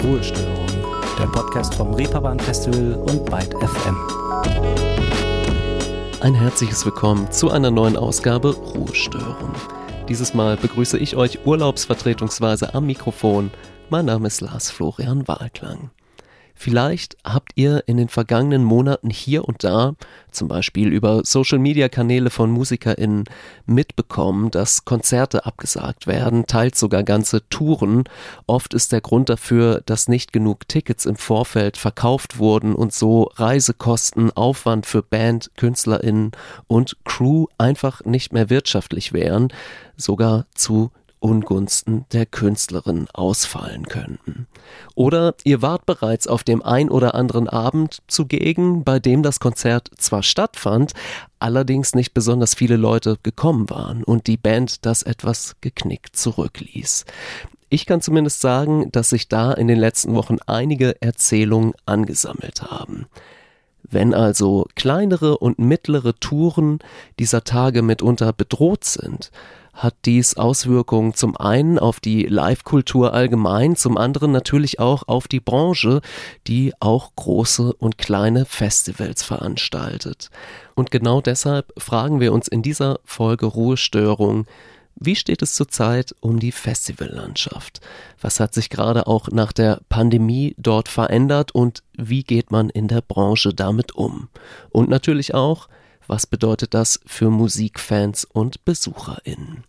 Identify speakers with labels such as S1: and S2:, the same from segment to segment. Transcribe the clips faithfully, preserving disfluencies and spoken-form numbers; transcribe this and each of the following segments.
S1: Ruhestörung, der Podcast vom Reeperbahn Festival und Byte F M.
S2: Ein herzliches Willkommen zu einer neuen Ausgabe Ruhestörung. Dieses Mal begrüße ich euch urlaubsvertretungsweise am Mikrofon. Mein Name ist Lars Florian Wahlklang. Vielleicht habt ihr in den vergangenen Monaten hier und da, zum Beispiel über Social-Media-Kanäle von MusikerInnen, mitbekommen, dass Konzerte abgesagt werden, teils sogar ganze Touren. Oft ist der Grund dafür, dass nicht genug Tickets im Vorfeld verkauft wurden und so Reisekosten, Aufwand für Band, KünstlerInnen und Crew einfach nicht mehr wirtschaftlich wären, sogar zu Ungunsten der Künstlerin ausfallen könnten. Oder ihr wart bereits auf dem ein oder anderen Abend zugegen, bei dem das Konzert zwar stattfand, allerdings nicht besonders viele Leute gekommen waren und die Band das etwas geknickt zurückließ. Ich kann zumindest sagen, dass sich da in den letzten Wochen einige Erzählungen angesammelt haben. Wenn also kleinere und mittlere Touren dieser Tage mitunter bedroht sind, hat dies Auswirkungen zum einen auf die Live-Kultur allgemein, zum anderen natürlich auch auf die Branche, die auch große und kleine Festivals veranstaltet. Und genau deshalb fragen wir uns in dieser Folge Ruhestörung: Wie steht es zurzeit um die Festivallandschaft? Was hat sich gerade auch nach der Pandemie dort verändert und wie geht man in der Branche damit um? Und natürlich auch, was bedeutet das für Musikfans und BesucherInnen?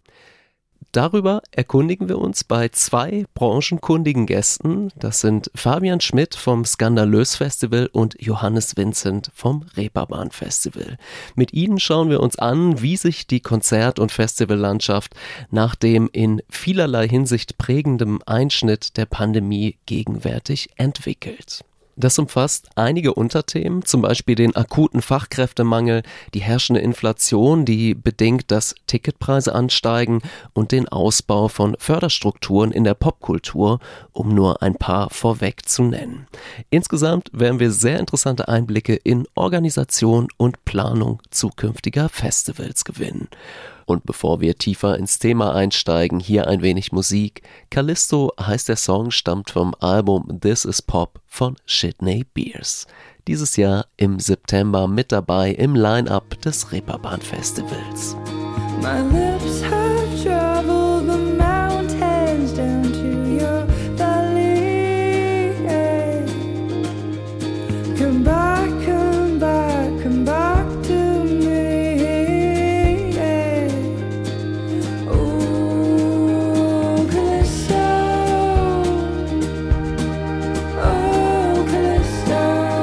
S2: Darüber erkundigen wir uns bei zwei branchenkundigen Gästen. Das sind Fabian Schmidt vom Skandalös Festival und Johannes Vincent vom Reeperbahn Festival. Mit ihnen schauen wir uns an, wie sich die Konzert- und Festivallandschaft nach dem in vielerlei Hinsicht prägendem Einschnitt der Pandemie gegenwärtig entwickelt. Das umfasst einige Unterthemen, zum Beispiel den akuten Fachkräftemangel, die herrschende Inflation, die bedingt, dass Ticketpreise ansteigen und den Ausbau von Förderstrukturen in der Popkultur, um nur ein paar vorweg zu nennen. Insgesamt werden wir sehr interessante Einblicke in Organisation und Planung zukünftiger Festivals gewinnen. Und bevor wir tiefer ins Thema einsteigen, hier ein wenig Musik. Callisto heißt der Song, stammt vom Album This Is Pop von Sydney Beers. Dieses Jahr im September mit dabei im Line-Up des Reeperbahn Festivals.
S3: My lips have traveled the mountains down to your valley. Come back, come back, come back to me. Oh, Callisto. Oh, Callisto.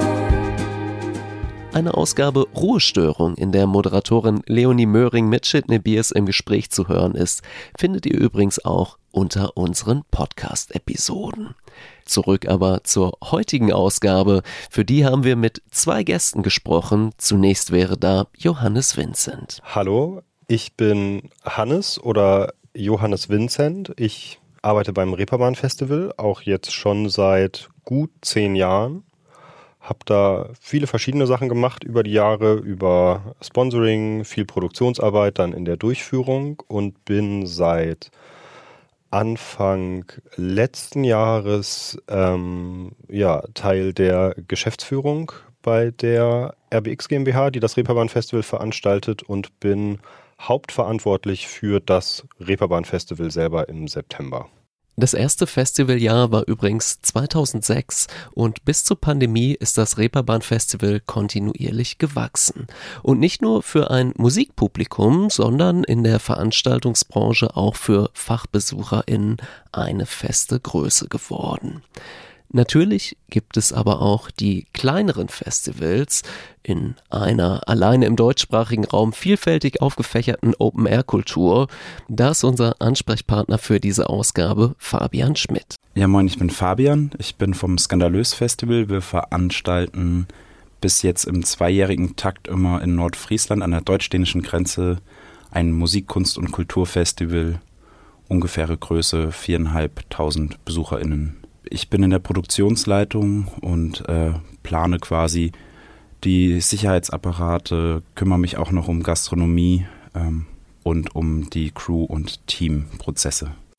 S2: Eine Ausgabe Ruhestörung, in der Moderatorin Leonie Möhring mit Sydney Beers im Gespräch zu hören ist, findet ihr übrigens auch unter unseren Podcast-Episoden. Zurück aber zur heutigen Ausgabe. Für die haben wir mit zwei Gästen gesprochen. Zunächst wäre da Johannes Vincent.
S4: Hallo, ich bin Hannes oder Johannes Vincent. Ich arbeite beim Reeperbahn Festival, auch jetzt schon seit gut zehn Jahren. Habe da viele verschiedene Sachen gemacht über die Jahre, über Sponsoring, viel Produktionsarbeit dann in der Durchführung und bin seit Anfang letzten Jahres ähm, ja, Teil der Geschäftsführung bei der R B X GmbH, die das Reeperbahn Festival veranstaltet, und bin hauptverantwortlich für das Reeperbahn Festival selber im September.
S2: Das erste Festivaljahr war übrigens zweitausendsechs und bis zur Pandemie ist das Reeperbahn Festival kontinuierlich gewachsen. Und nicht nur für ein Musikpublikum, sondern in der Veranstaltungsbranche auch für FachbesucherInnen eine feste Größe geworden. Natürlich gibt es aber auch die kleineren Festivals in einer alleine im deutschsprachigen Raum vielfältig aufgefächerten Open-Air-Kultur. Da ist unser Ansprechpartner für diese Ausgabe Fabian Schmidt.
S5: Ja, moin, ich bin Fabian. Ich bin vom Skandalös Festival. Wir veranstalten bis jetzt im zweijährigen Takt immer in Nordfriesland an der deutsch-dänischen Grenze ein Musik-, Kunst- und Kulturfestival. Ungefähre Größe viertausendfünfhundert BesucherInnen. Ich bin in der Produktionsleitung und äh, plane quasi die Sicherheitsapparate, kümmere mich auch noch um Gastronomie ähm, und um die Crew- und Teamprozesse.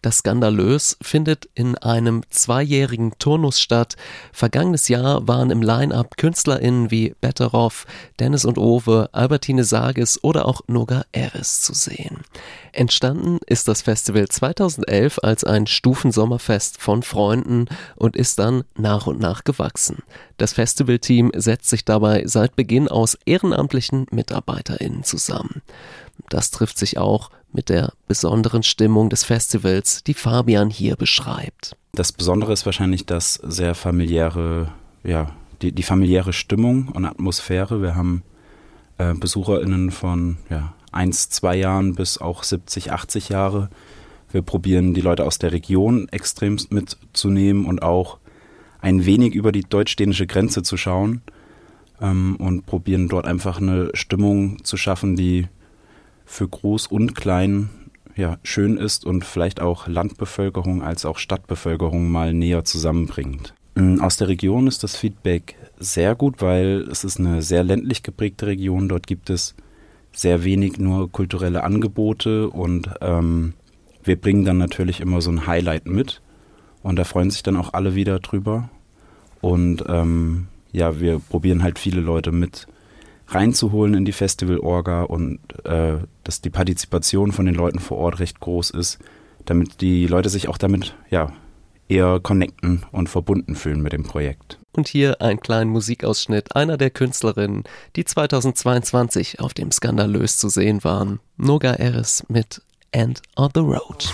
S2: Das Skandalös findet in einem zweijährigen Turnus statt. Vergangenes Jahr waren im Line-Up KünstlerInnen wie Betteroff, Dennis und Owe, Albertine Sages oder auch Noga Eris zu sehen. Entstanden ist das Festival zweitausendelf als ein Stufensommerfest von Freunden und ist dann nach und nach gewachsen. Das Festivalteam setzt sich dabei seit Beginn aus ehrenamtlichen MitarbeiterInnen zusammen. Das trifft sich auch mit der besonderen Stimmung des Festivals, die Fabian hier beschreibt.
S5: Das Besondere ist wahrscheinlich das sehr familiäre, ja, die, die familiäre Stimmung und Atmosphäre. Wir haben äh, BesucherInnen von ja, eins, zwei Jahren bis auch siebzig, achtzig Jahre. Wir probieren die Leute aus der Region extremst mitzunehmen und auch ein wenig über die deutsch-dänische Grenze zu schauen ähm, und probieren dort einfach eine Stimmung zu schaffen, die für Groß und Klein ja, schön ist und vielleicht auch Landbevölkerung als auch Stadtbevölkerung mal näher zusammenbringt. Aus der Region ist das Feedback sehr gut, weil es ist eine sehr ländlich geprägte Region. Dort gibt es sehr wenig nur kulturelle Angebote und ähm, wir bringen dann natürlich immer so ein Highlight mit und da freuen sich dann auch alle wieder drüber. Und ähm, ja, wir probieren halt viele Leute mit reinzuholen in die Festival-Orga und äh, dass die Partizipation von den Leuten vor Ort recht groß ist, damit die Leute sich auch damit ja eher connecten und verbunden fühlen mit dem Projekt.
S2: Und hier ein kleiner Musikausschnitt einer der Künstlerinnen, die zweitausendzweiundzwanzig auf dem Skandalös zu sehen waren. Noga Eris mit End of the Road.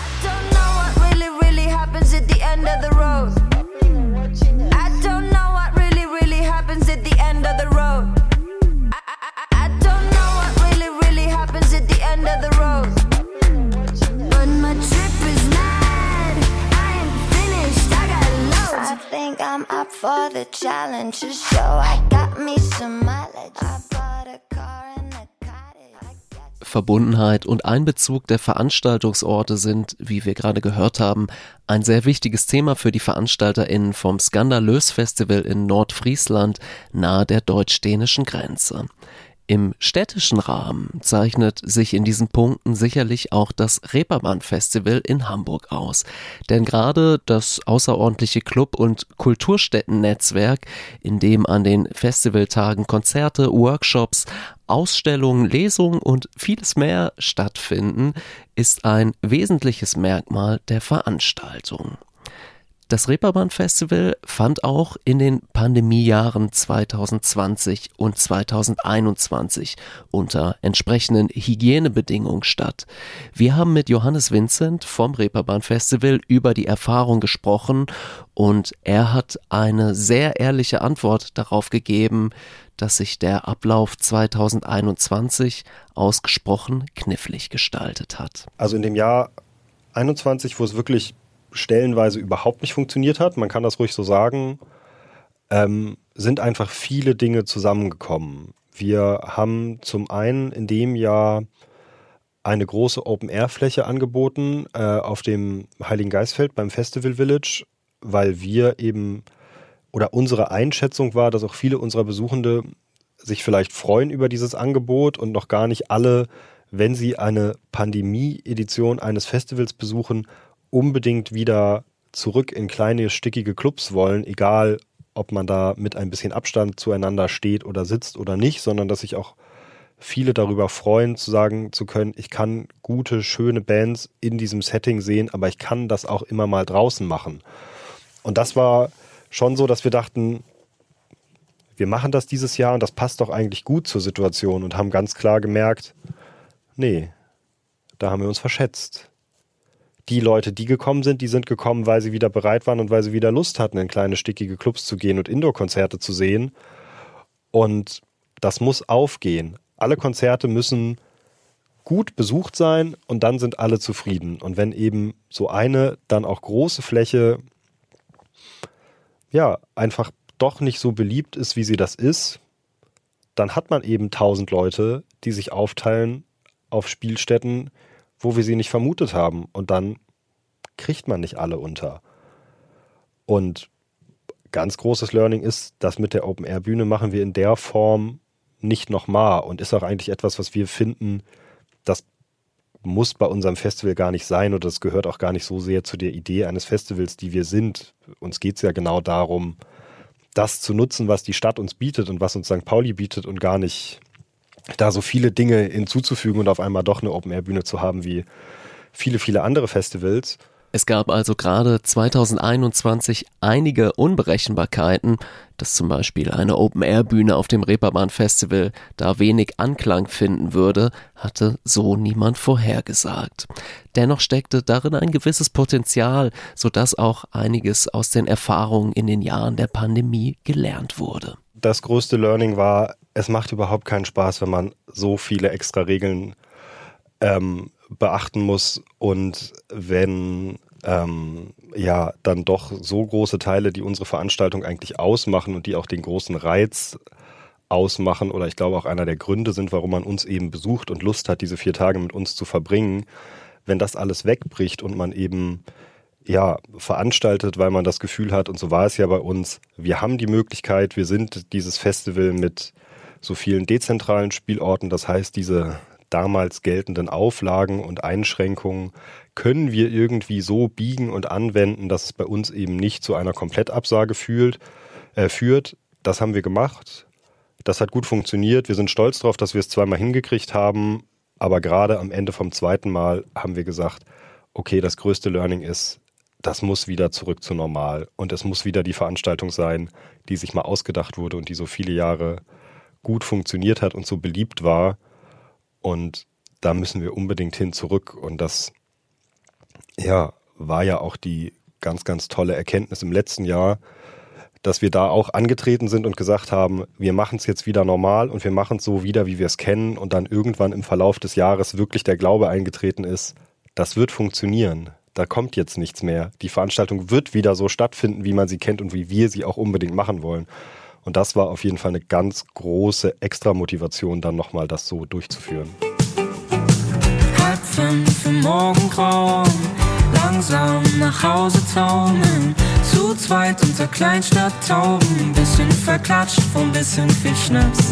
S6: I'm up for the challenge to show I got me some mileage. I bought a car and a cottage.
S2: Verbundenheit und Einbezug der Veranstaltungsorte sind, wie wir gerade gehört haben, ein sehr wichtiges Thema für die VeranstalterInnen vom Skandalös Festival in Nordfriesland nahe der deutsch-dänischen Grenze. Im städtischen Rahmen zeichnet sich in diesen Punkten sicherlich auch das Reeperbahn-Festival in Hamburg aus. Denn gerade das außerordentliche Club- und Kulturstätten-Netzwerk, in dem an den Festivaltagen Konzerte, Workshops, Ausstellungen, Lesungen und vieles mehr stattfinden, ist ein wesentliches Merkmal der Veranstaltung. Das Reeperbahn-Festival fand auch in den Pandemiejahren zweitausendzwanzig und zweitausendeinundzwanzig unter entsprechenden Hygienebedingungen statt. Wir haben mit Johannes Vincent vom Reeperbahn-Festival über die Erfahrung gesprochen und er hat eine sehr ehrliche Antwort darauf gegeben, dass sich der Ablauf zweitausendeinundzwanzig ausgesprochen knifflig gestaltet hat.
S4: Also in dem Jahr einundzwanzig, wo es wirklich stellenweise überhaupt nicht funktioniert hat, man kann das ruhig so sagen, ähm, sind einfach viele Dinge zusammengekommen. Wir haben zum einen in dem Jahr eine große Open-Air-Fläche angeboten äh, auf dem Heiligen Geistfeld beim Festival Village, weil wir eben, oder unsere Einschätzung war, dass auch viele unserer Besuchende sich vielleicht freuen über dieses Angebot und noch gar nicht alle, wenn sie eine Pandemie-Edition eines Festivals besuchen, unbedingt wieder zurück in kleine, stickige Clubs wollen, egal ob man da mit ein bisschen Abstand zueinander steht oder sitzt oder nicht, sondern dass sich auch viele darüber freuen, zu sagen zu können, ich kann gute, schöne Bands in diesem Setting sehen, aber ich kann das auch immer mal draußen machen. Und das war schon so, dass wir dachten, wir machen das dieses Jahr und das passt doch eigentlich gut zur Situation und haben ganz klar gemerkt, nee, da haben wir uns verschätzt. Die Leute, die gekommen sind, die sind gekommen, weil sie wieder bereit waren und weil sie wieder Lust hatten, in kleine, stickige Clubs zu gehen und Indoor-Konzerte zu sehen. Und das muss aufgehen. Alle Konzerte müssen gut besucht sein und dann sind alle zufrieden. Und wenn eben so eine dann auch große Fläche ja einfach doch nicht so beliebt ist, wie sie das ist, dann hat man eben tausend Leute, die sich aufteilen auf Spielstätten, wo wir sie nicht vermutet haben. Und dann kriegt man nicht alle unter. Und ganz großes Learning ist, das mit der Open-Air-Bühne machen wir in der Form nicht nochmal und ist auch eigentlich etwas, was wir finden, das muss bei unserem Festival gar nicht sein oder das gehört auch gar nicht so sehr zu der Idee eines Festivals, die wir sind. Uns geht es ja genau darum, das zu nutzen, was die Stadt uns bietet und was uns Sankt Pauli bietet und gar nicht da so viele Dinge hinzuzufügen und auf einmal doch eine Open-Air-Bühne zu haben wie viele, viele andere Festivals.
S2: Es gab also gerade zweitausendeinundzwanzig einige Unberechenbarkeiten, dass zum Beispiel eine Open-Air-Bühne auf dem Reeperbahn-Festival da wenig Anklang finden würde, hatte so niemand vorhergesagt. Dennoch steckte darin ein gewisses Potenzial, sodass auch einiges aus den Erfahrungen in den Jahren der Pandemie gelernt wurde.
S4: Das größte Learning war, es macht überhaupt keinen Spaß, wenn man so viele extra Regeln ähm, beachten muss und wenn ähm, ja dann doch so große Teile, die unsere Veranstaltung eigentlich ausmachen und die auch den großen Reiz ausmachen oder ich glaube auch einer der Gründe sind, warum man uns eben besucht und Lust hat, diese vier Tage mit uns zu verbringen, wenn das alles wegbricht und man eben ja veranstaltet, weil man das Gefühl hat, und so war es ja bei uns, wir haben die Möglichkeit, wir sind dieses Festival mit so vielen dezentralen Spielorten, das heißt, diese damals geltenden Auflagen und Einschränkungen können wir irgendwie so biegen und anwenden, dass es bei uns eben nicht zu einer Komplettabsage fühlt, äh, führt. Das haben wir gemacht. Das hat gut funktioniert. Wir sind stolz darauf, dass wir es zweimal hingekriegt haben. Aber gerade am Ende vom zweiten Mal haben wir gesagt, okay, das größte Learning ist, das muss wieder zurück zu normal. Und es muss wieder die Veranstaltung sein, die sich mal ausgedacht wurde und die so viele Jahre gut funktioniert hat und so beliebt war. Und da müssen wir unbedingt hin zurück. Und das ja, war ja auch die ganz, ganz tolle Erkenntnis im letzten Jahr, dass wir da auch angetreten sind und gesagt haben, wir machen es jetzt wieder normal und wir machen es so wieder, wie wir es kennen. Und dann irgendwann im Verlauf des Jahres wirklich der Glaube eingetreten ist, das wird funktionieren. Da kommt jetzt nichts mehr. Die Veranstaltung wird wieder so stattfinden, wie man sie kennt und wie wir sie auch unbedingt machen wollen. Und das war auf jeden Fall eine ganz große Extra-Motivation, dann nochmal das so durchzuführen.
S3: Halb fünf im Morgengrauen, langsam nach Hause taumeln, zu zweit unter Kleinstadttauben, bisschen verklatscht vom bisschen viel Schnaps.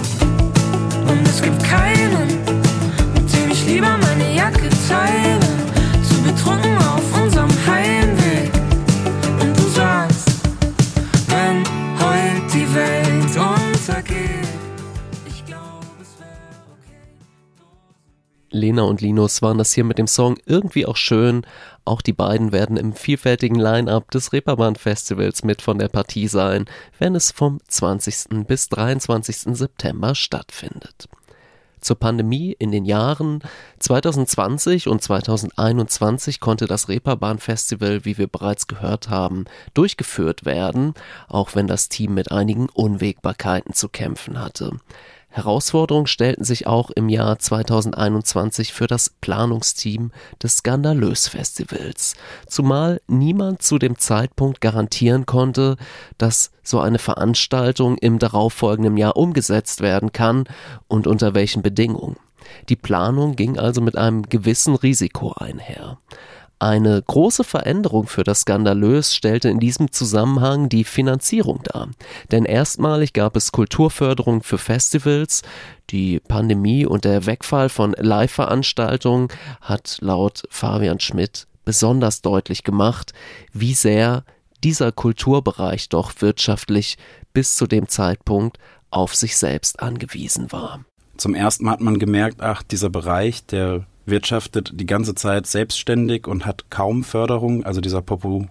S3: Und es gibt keinen, mit dem ich lieber meine Jacke teile, zu betrunken auf unserem Heimweg. Und du sagst, wenn heute die Welt untergeht, ich glaube, es wäre okay.
S2: Lena und Linus waren das hier mit dem Song irgendwie auch schön. Auch die beiden werden im vielfältigen Line-Up des Reeperbahn-Festivals mit von der Partie sein, wenn es vom zwanzigsten bis dreiundzwanzigsten September stattfindet. Zur Pandemie in den Jahren zweitausendzwanzig und zweitausendeinundzwanzig konnte das Reeperbahn-Festival, wie wir bereits gehört haben, durchgeführt werden, auch wenn das Team mit einigen Unwägbarkeiten zu kämpfen hatte. Herausforderungen stellten sich auch im Jahr zweitausendeinundzwanzig für das Planungsteam des Skandalös-Festivals, zumal niemand zu dem Zeitpunkt garantieren konnte, dass so eine Veranstaltung im darauffolgenden Jahr umgesetzt werden kann und unter welchen Bedingungen. Die Planung ging also mit einem gewissen Risiko einher. Eine große Veränderung für das Skandalös stellte in diesem Zusammenhang die Finanzierung dar. Denn erstmalig gab es Kulturförderung für Festivals. Die Pandemie und der Wegfall von Live-Veranstaltungen hat laut Fabian Schmidt besonders deutlich gemacht, wie sehr dieser Kulturbereich doch wirtschaftlich bis zu dem Zeitpunkt auf sich selbst angewiesen war.
S5: Zum ersten Mal hat man gemerkt, ach, dieser Bereich, der wirtschaftet die ganze Zeit selbstständig und hat kaum Förderung. Also dieser Popular,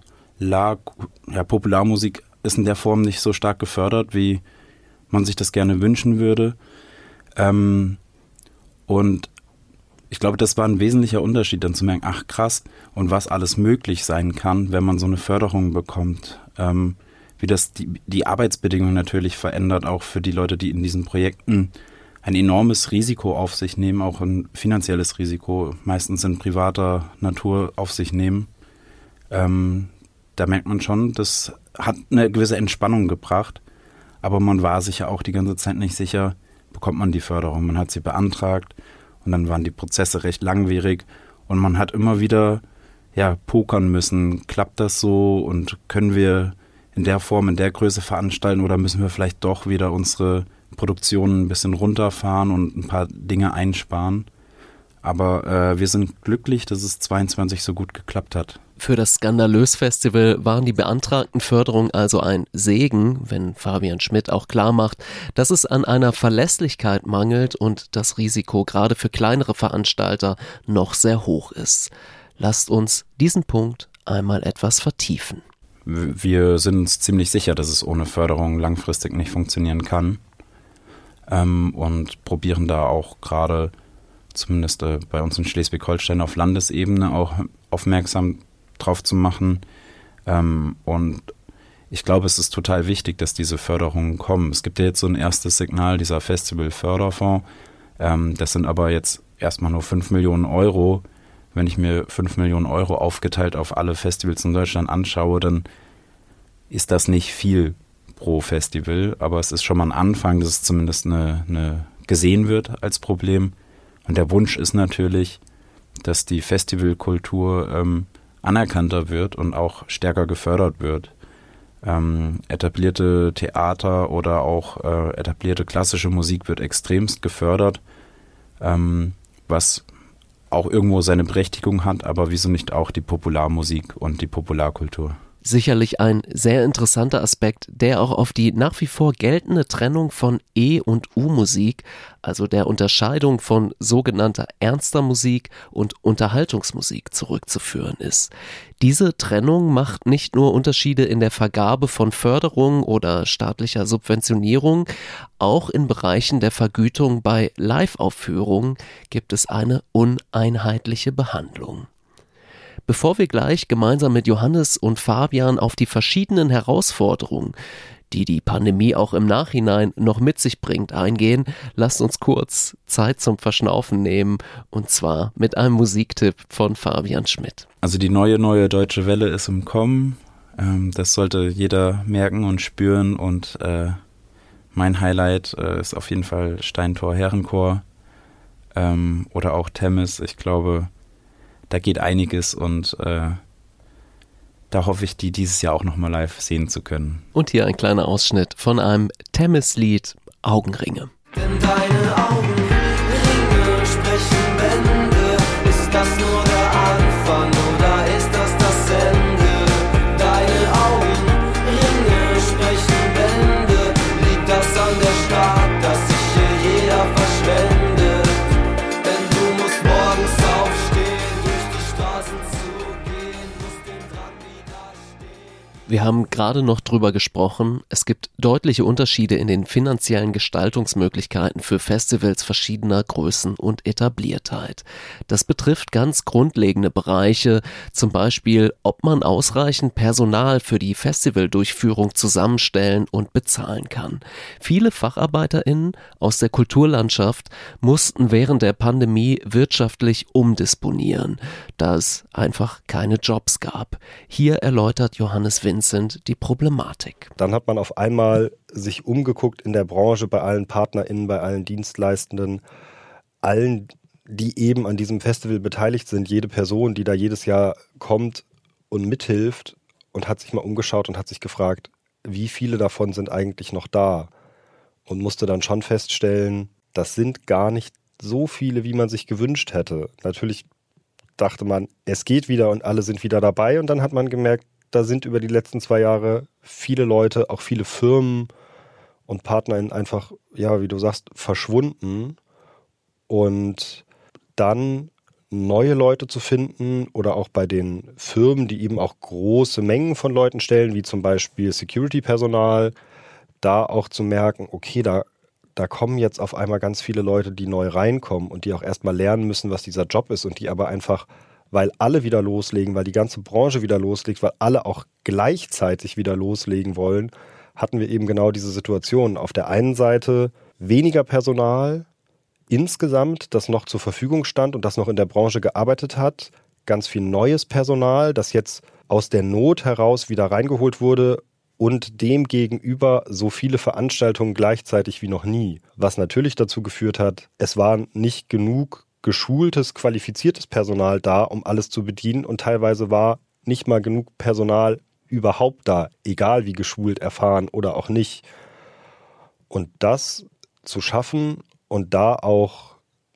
S5: ja, Popularmusik ist in der Form nicht so stark gefördert, wie man sich das gerne wünschen würde. Ähm, und ich glaube, das war ein wesentlicher Unterschied, dann zu merken, ach krass, und was alles möglich sein kann, wenn man so eine Förderung bekommt. Ähm, wie das die, die Arbeitsbedingungen natürlich verändert, auch für die Leute, die in diesen Projekten ein enormes Risiko auf sich nehmen, auch ein finanzielles Risiko, meistens in privater Natur auf sich nehmen. Ähm, da merkt man schon, das hat eine gewisse Entspannung gebracht, aber man war sich ja auch die ganze Zeit nicht sicher, bekommt man die Förderung. Man hat sie beantragt und dann waren die Prozesse recht langwierig und man hat immer wieder ja, pokern müssen, klappt das so und können wir in der Form, in der Größe veranstalten oder müssen wir vielleicht doch wieder unsere Produktionen ein bisschen runterfahren und ein paar Dinge einsparen. Aber äh, wir sind glücklich, dass es zweiundzwanzig so gut geklappt hat.
S2: Für das Skandalös-Festival waren die beantragten Förderungen also ein Segen, wenn Fabian Schmidt auch klar macht, dass es an einer Verlässlichkeit mangelt und das Risiko gerade für kleinere Veranstalter noch sehr hoch ist. Lasst uns diesen Punkt einmal etwas vertiefen.
S5: Wir sind uns ziemlich sicher, dass es ohne Förderung langfristig nicht funktionieren kann, ähm, und probieren da auch gerade, zumindest äh, bei uns in Schleswig-Holstein auf Landesebene, auch aufmerksam drauf zu machen. Ähm, und ich glaube, es ist total wichtig, dass diese Förderungen kommen. Es gibt ja jetzt so ein erstes Signal, dieser Festival-Förderfonds. Ähm, das sind aber jetzt erstmal nur fünf Millionen Euro. Wenn ich mir fünf Millionen Euro aufgeteilt auf alle Festivals in Deutschland anschaue, dann ist das nicht viel pro Festival. Aber es ist schon mal ein Anfang, dass es zumindest eine, eine gesehen wird als Problem. Und der Wunsch ist natürlich, dass die Festivalkultur ähm, anerkannter wird und auch stärker gefördert wird. Ähm, etablierte Theater oder auch äh, etablierte klassische Musik wird extremst gefördert, ähm, was auch irgendwo seine Berechtigung hat, aber wieso nicht auch die Popularmusik und die Popularkultur?
S2: Sicherlich ein sehr interessanter Aspekt, der auch auf die nach wie vor geltende Trennung von E- und U-Musik, also der Unterscheidung von sogenannter ernster Musik und Unterhaltungsmusik zurückzuführen ist. Diese Trennung macht nicht nur Unterschiede in der Vergabe von Förderung oder staatlicher Subventionierung, auch in Bereichen der Vergütung bei Live-Aufführungen gibt es eine uneinheitliche Behandlung. Bevor wir gleich gemeinsam mit Johannes und Fabian auf die verschiedenen Herausforderungen, die die Pandemie auch im Nachhinein noch mit sich bringt, eingehen, lasst uns kurz Zeit zum Verschnaufen nehmen, und zwar mit einem Musiktipp von Fabian Schmidt.
S5: Also die neue, neue Deutsche Welle ist im Kommen. Ähm, das sollte jeder merken und spüren, und äh, mein Highlight äh, ist auf jeden Fall Steintor Herrenchor ähm, oder auch Temmes. Ich glaube, da geht einiges, und äh, da hoffe ich, die dieses Jahr auch nochmal live sehen zu können.
S2: Und hier ein kleiner Ausschnitt von einem Temmes-Lied, Augenringe.
S3: Denn deine Augenringe sprechen Bände. Ist das nur der Anfang oder ist das das Ende? Deine Augenringe sprechen Bände. Liegt das an der Stadt, dass sich hier jeder verschwendet? Denn du musst morgens aufstehen, durch die Straßen zu gehen, musst dem Drang widerstehen.
S2: Wir haben gerade noch drüber gesprochen, es gibt deutliche Unterschiede in den finanziellen Gestaltungsmöglichkeiten für Festivals verschiedener Größen und Etabliertheit. Das betrifft ganz grundlegende Bereiche, zum Beispiel, ob man ausreichend Personal für die Festivaldurchführung zusammenstellen und bezahlen kann. Viele FacharbeiterInnen aus der Kulturlandschaft mussten während der Pandemie wirtschaftlich umdisponieren, da es einfach keine Jobs gab. Hier erläutert Johannes Vincent die Problematik.
S4: Dann hat man auf einmal sich umgeguckt in der Branche, bei allen PartnerInnen, bei allen Dienstleistenden, allen, die eben an diesem Festival beteiligt sind, jede Person, die da jedes Jahr kommt und mithilft, und hat sich mal umgeschaut und hat sich gefragt, wie viele davon sind eigentlich noch da, und musste dann schon feststellen, das sind gar nicht so viele, wie man sich gewünscht hätte. Natürlich dachte man, es geht wieder und alle sind wieder dabei, und dann hat man gemerkt, da sind über die letzten zwei Jahre viele Leute, auch viele Firmen und PartnerInnen einfach, ja, wie du sagst, verschwunden. Und dann neue Leute zu finden oder auch bei den Firmen, die eben auch große Mengen von Leuten stellen, wie zum Beispiel Security-Personal, da auch zu merken, okay, da, da kommen jetzt auf einmal ganz viele Leute, die neu reinkommen und die auch erstmal lernen müssen, was dieser Job ist, und die aber einfach, weil alle wieder loslegen, weil die ganze Branche wieder loslegt, weil alle auch gleichzeitig wieder loslegen wollen, hatten wir eben genau diese Situation. Auf der einen Seite weniger Personal insgesamt, das noch zur Verfügung stand und das noch in der Branche gearbeitet hat, ganz viel neues Personal, das jetzt aus der Not heraus wieder reingeholt wurde, und demgegenüber so viele Veranstaltungen gleichzeitig wie noch nie. Was natürlich dazu geführt hat, es war nicht genug geschultes, qualifiziertes Personal da, um alles zu bedienen, und teilweise war nicht mal genug Personal überhaupt da, egal wie geschult, erfahren oder auch nicht. Und das zu schaffen und da auch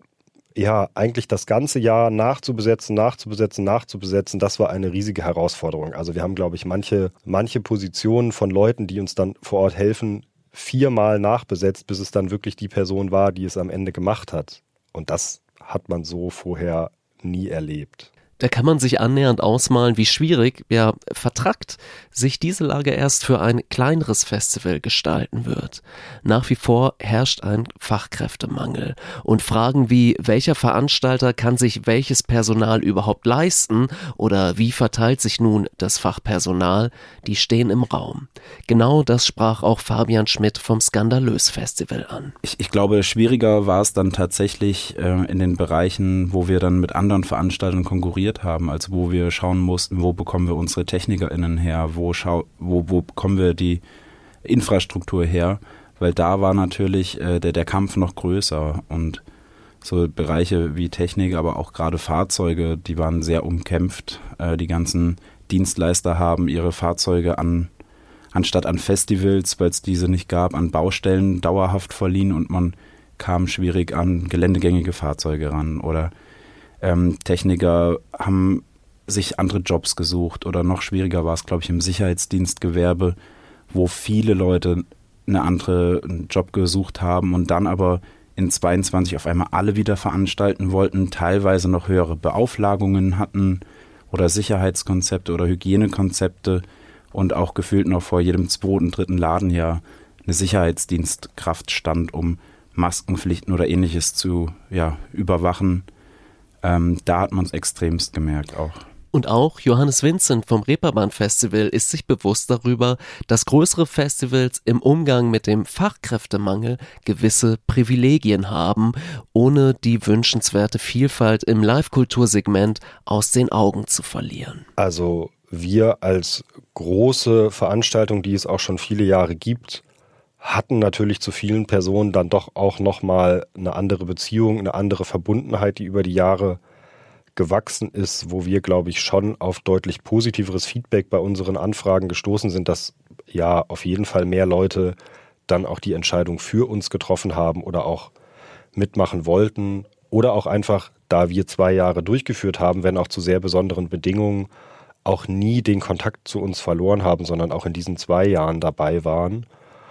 S4: ja, eigentlich das ganze Jahr nachzubesetzen, nachzubesetzen, nachzubesetzen, das war eine riesige Herausforderung. Also wir haben, glaube ich, manche, manche Positionen von Leuten, die uns dann vor Ort helfen, viermal nachbesetzt, bis es dann wirklich die Person war, die es am Ende gemacht hat. Und das hat man so vorher nie erlebt.
S2: Da kann man sich annähernd ausmalen, wie schwierig, ja vertrackt, sich diese Lage erst für ein kleineres Festival gestalten wird. Nach wie vor herrscht ein Fachkräftemangel und Fragen wie, welcher Veranstalter kann sich welches Personal überhaupt leisten oder wie verteilt sich nun das Fachpersonal, die stehen im Raum. Genau das sprach auch Fabian Schmidt vom Skandalös Festival an.
S5: Ich, ich glaube, schwieriger war es dann tatsächlich äh, in den Bereichen, wo wir dann mit anderen Veranstaltern konkurrieren haben, also wo wir schauen mussten, wo bekommen wir unsere TechnikerInnen her, wo, schau, wo, wo bekommen wir die Infrastruktur her, weil da war natürlich äh, der, der Kampf noch größer und so Bereiche wie Technik, aber auch gerade Fahrzeuge, die waren sehr umkämpft. Äh, die ganzen Dienstleister haben ihre Fahrzeuge an, anstatt an Festivals, weil es diese nicht gab, an Baustellen dauerhaft verliehen und man kam schwierig an geländegängige Fahrzeuge ran oder Ähm, Techniker haben sich andere Jobs gesucht oder noch schwieriger war es, glaube ich, im Sicherheitsdienstgewerbe, wo viele Leute eine andere einen Job gesucht haben und dann aber in zweiundzwanzig auf einmal alle wieder veranstalten wollten, teilweise noch höhere Beauflagungen hatten oder Sicherheitskonzepte oder Hygienekonzepte und auch gefühlt noch vor jedem zweiten, dritten Laden ja eine Sicherheitsdienstkraft stand, um Maskenpflichten oder ähnliches zu ja, überwachen. Ähm, da hat man es extremst gemerkt auch.
S2: Und auch Johannes Vincent vom Reeperbahn Festival ist sich bewusst darüber, dass größere Festivals im Umgang mit dem Fachkräftemangel gewisse Privilegien haben, ohne die wünschenswerte Vielfalt im Live-Kultursegment aus den Augen zu verlieren.
S4: Also wir als große Veranstaltung, die es auch schon viele Jahre gibt, hatten natürlich zu vielen Personen dann doch auch nochmal eine andere Beziehung, eine andere Verbundenheit, die über die Jahre gewachsen ist, wo wir, glaube ich, schon auf deutlich positiveres Feedback bei unseren Anfragen gestoßen sind, dass ja auf jeden Fall mehr Leute dann auch die Entscheidung für uns getroffen haben oder auch mitmachen wollten oder auch einfach, da wir zwei Jahre durchgeführt haben, wenn auch zu sehr besonderen Bedingungen, auch nie den Kontakt zu uns verloren haben, sondern auch in diesen zwei Jahren dabei waren.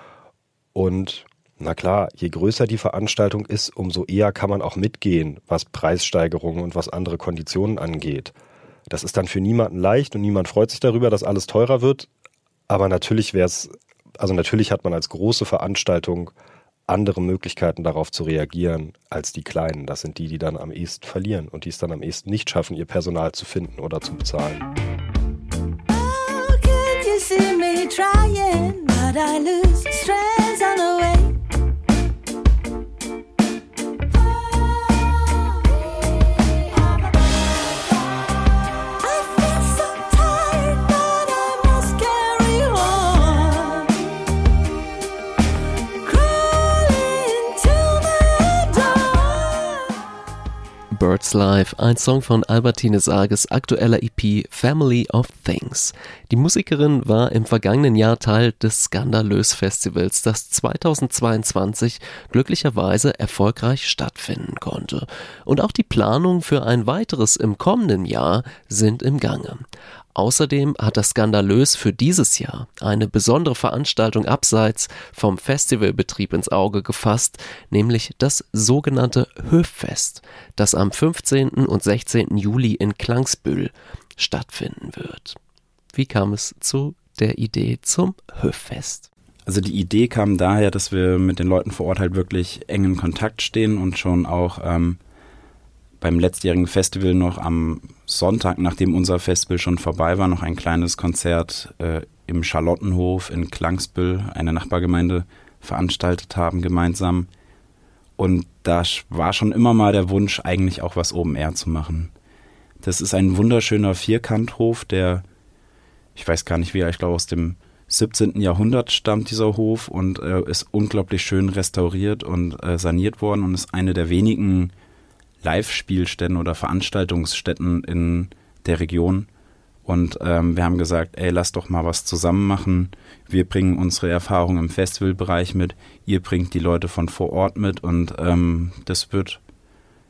S4: Und na klar, je größer die Veranstaltung ist, umso eher kann man auch mitgehen, was Preissteigerungen und was andere Konditionen angeht. Das ist dann für niemanden leicht und niemand freut sich darüber, dass alles teurer wird. Aber natürlich wäre es, also natürlich hat man als große Veranstaltung andere Möglichkeiten darauf zu reagieren als die kleinen. Das sind die, die dann am ehesten verlieren und die es dann am ehesten nicht schaffen, ihr Personal zu finden oder zu bezahlen.
S3: How could you see me trying, but I lose stress on the way.
S2: Birds Life, ein Song von Albertine Sarges aktueller E P Family of Things. Die Musikerin war im vergangenen Jahr Teil des Skandalös Festivals, das zweitausendzweiundzwanzig glücklicherweise erfolgreich stattfinden konnte. Und auch die Planungen für ein weiteres im kommenden Jahr sind im Gange. Außerdem hat das Skandalös für dieses Jahr eine besondere Veranstaltung abseits vom Festivalbetrieb ins Auge gefasst, nämlich das sogenannte Höffest, das am fünfzehnten und sechzehnten Juli in Klangsbühl stattfinden wird. Wie kam es zu der Idee zum Höffest?
S5: Also die Idee kam daher, dass wir mit den Leuten vor Ort halt wirklich eng in Kontakt stehen und schon auch ähm, beim letztjährigen Festival noch am Sonntag, nachdem unser Festival schon vorbei war, noch ein kleines Konzert äh, im Charlottenhof in Klangsbühl, eine Nachbargemeinde, veranstaltet haben gemeinsam. Und da war schon immer mal der Wunsch, eigentlich auch was Open Air zu machen. Das ist ein wunderschöner Vierkanthof, der, ich weiß gar nicht wie, ich glaube aus dem siebzehnten Jahrhundert stammt dieser Hof und äh, ist unglaublich schön restauriert und äh, saniert worden und ist eine der wenigen Live-Spielstätten oder Veranstaltungsstätten in der Region. Und ähm, wir haben gesagt, ey, lass doch mal was zusammen machen. Wir bringen unsere Erfahrung im Festivalbereich mit, ihr bringt die Leute von vor Ort mit und ähm, das wird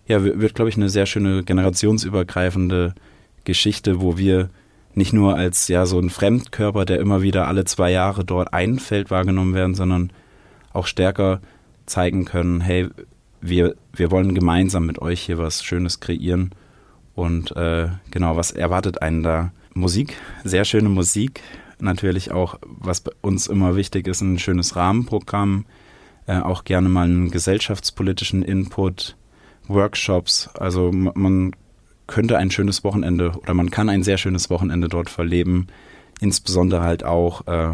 S5: ja, wird, glaube ich, eine sehr schöne generationsübergreifende Geschichte, wo wir nicht nur als ja so ein Fremdkörper, der immer wieder alle zwei Jahre dort einfällt, wahrgenommen werden, sondern auch stärker zeigen können, hey, wir, wir wollen gemeinsam mit euch hier was Schönes kreieren. Und äh, genau, was erwartet einen da? Musik, sehr schöne Musik. Natürlich auch, was bei uns immer wichtig ist, ein schönes Rahmenprogramm. Äh, auch gerne mal einen gesellschaftspolitischen Input, Workshops. Also man könnte ein schönes Wochenende oder man kann ein sehr schönes Wochenende dort verleben. Insbesondere halt auch äh,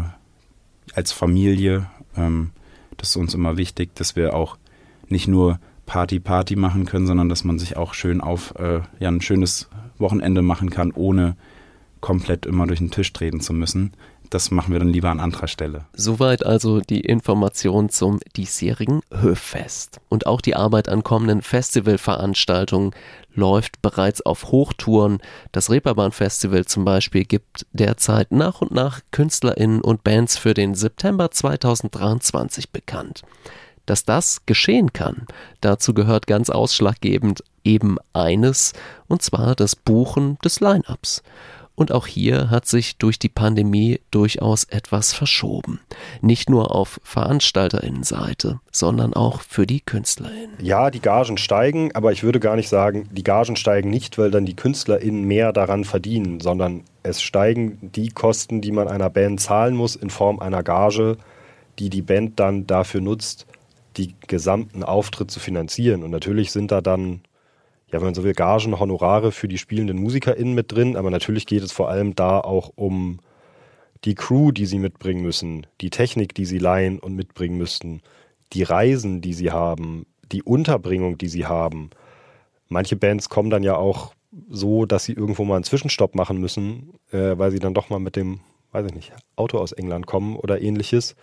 S5: als Familie. Ähm, das ist uns immer wichtig, dass wir auch nicht nur Party, Party machen können, sondern dass man sich auch schön auf äh, ja, ein schönes Wochenende machen kann, ohne komplett immer durch den Tisch treten zu müssen. Das machen wir dann lieber an anderer Stelle.
S2: Soweit also die Information zum diesjährigen Höffest. Und auch die Arbeit an kommenden Festivalveranstaltungen läuft bereits auf Hochtouren. Das Reeperbahn-Festival zum Beispiel gibt derzeit nach und nach KünstlerInnen und Bands für den September zweitausenddreiundzwanzig bekannt. Dass das geschehen kann, dazu gehört ganz ausschlaggebend eben eines, und zwar das Buchen des Line-Ups. Und auch hier hat sich durch die Pandemie durchaus etwas verschoben. Nicht nur auf VeranstalterInnenseite, sondern auch für die KünstlerInnen.
S4: Ja, die Gagen steigen, aber ich würde gar nicht sagen, die Gagen steigen nicht, weil dann die KünstlerInnen mehr daran verdienen, sondern es steigen die Kosten, die man einer Band zahlen muss, in Form einer Gage, die die Band dann dafür nutzt, die gesamten Auftritt zu finanzieren. Und natürlich sind da dann, ja, wenn man so will, Gagen, Honorare für die spielenden MusikerInnen mit drin, aber natürlich geht es vor allem da auch um die Crew, die sie mitbringen müssen, die Technik, die sie leihen und mitbringen müssten, die Reisen, die sie haben, die Unterbringung, die sie haben. Manche Bands kommen dann ja auch so, dass sie irgendwo mal einen Zwischenstopp machen müssen, äh, weil sie dann doch mal mit dem, weiß ich nicht, Auto aus England kommen oder ähnliches.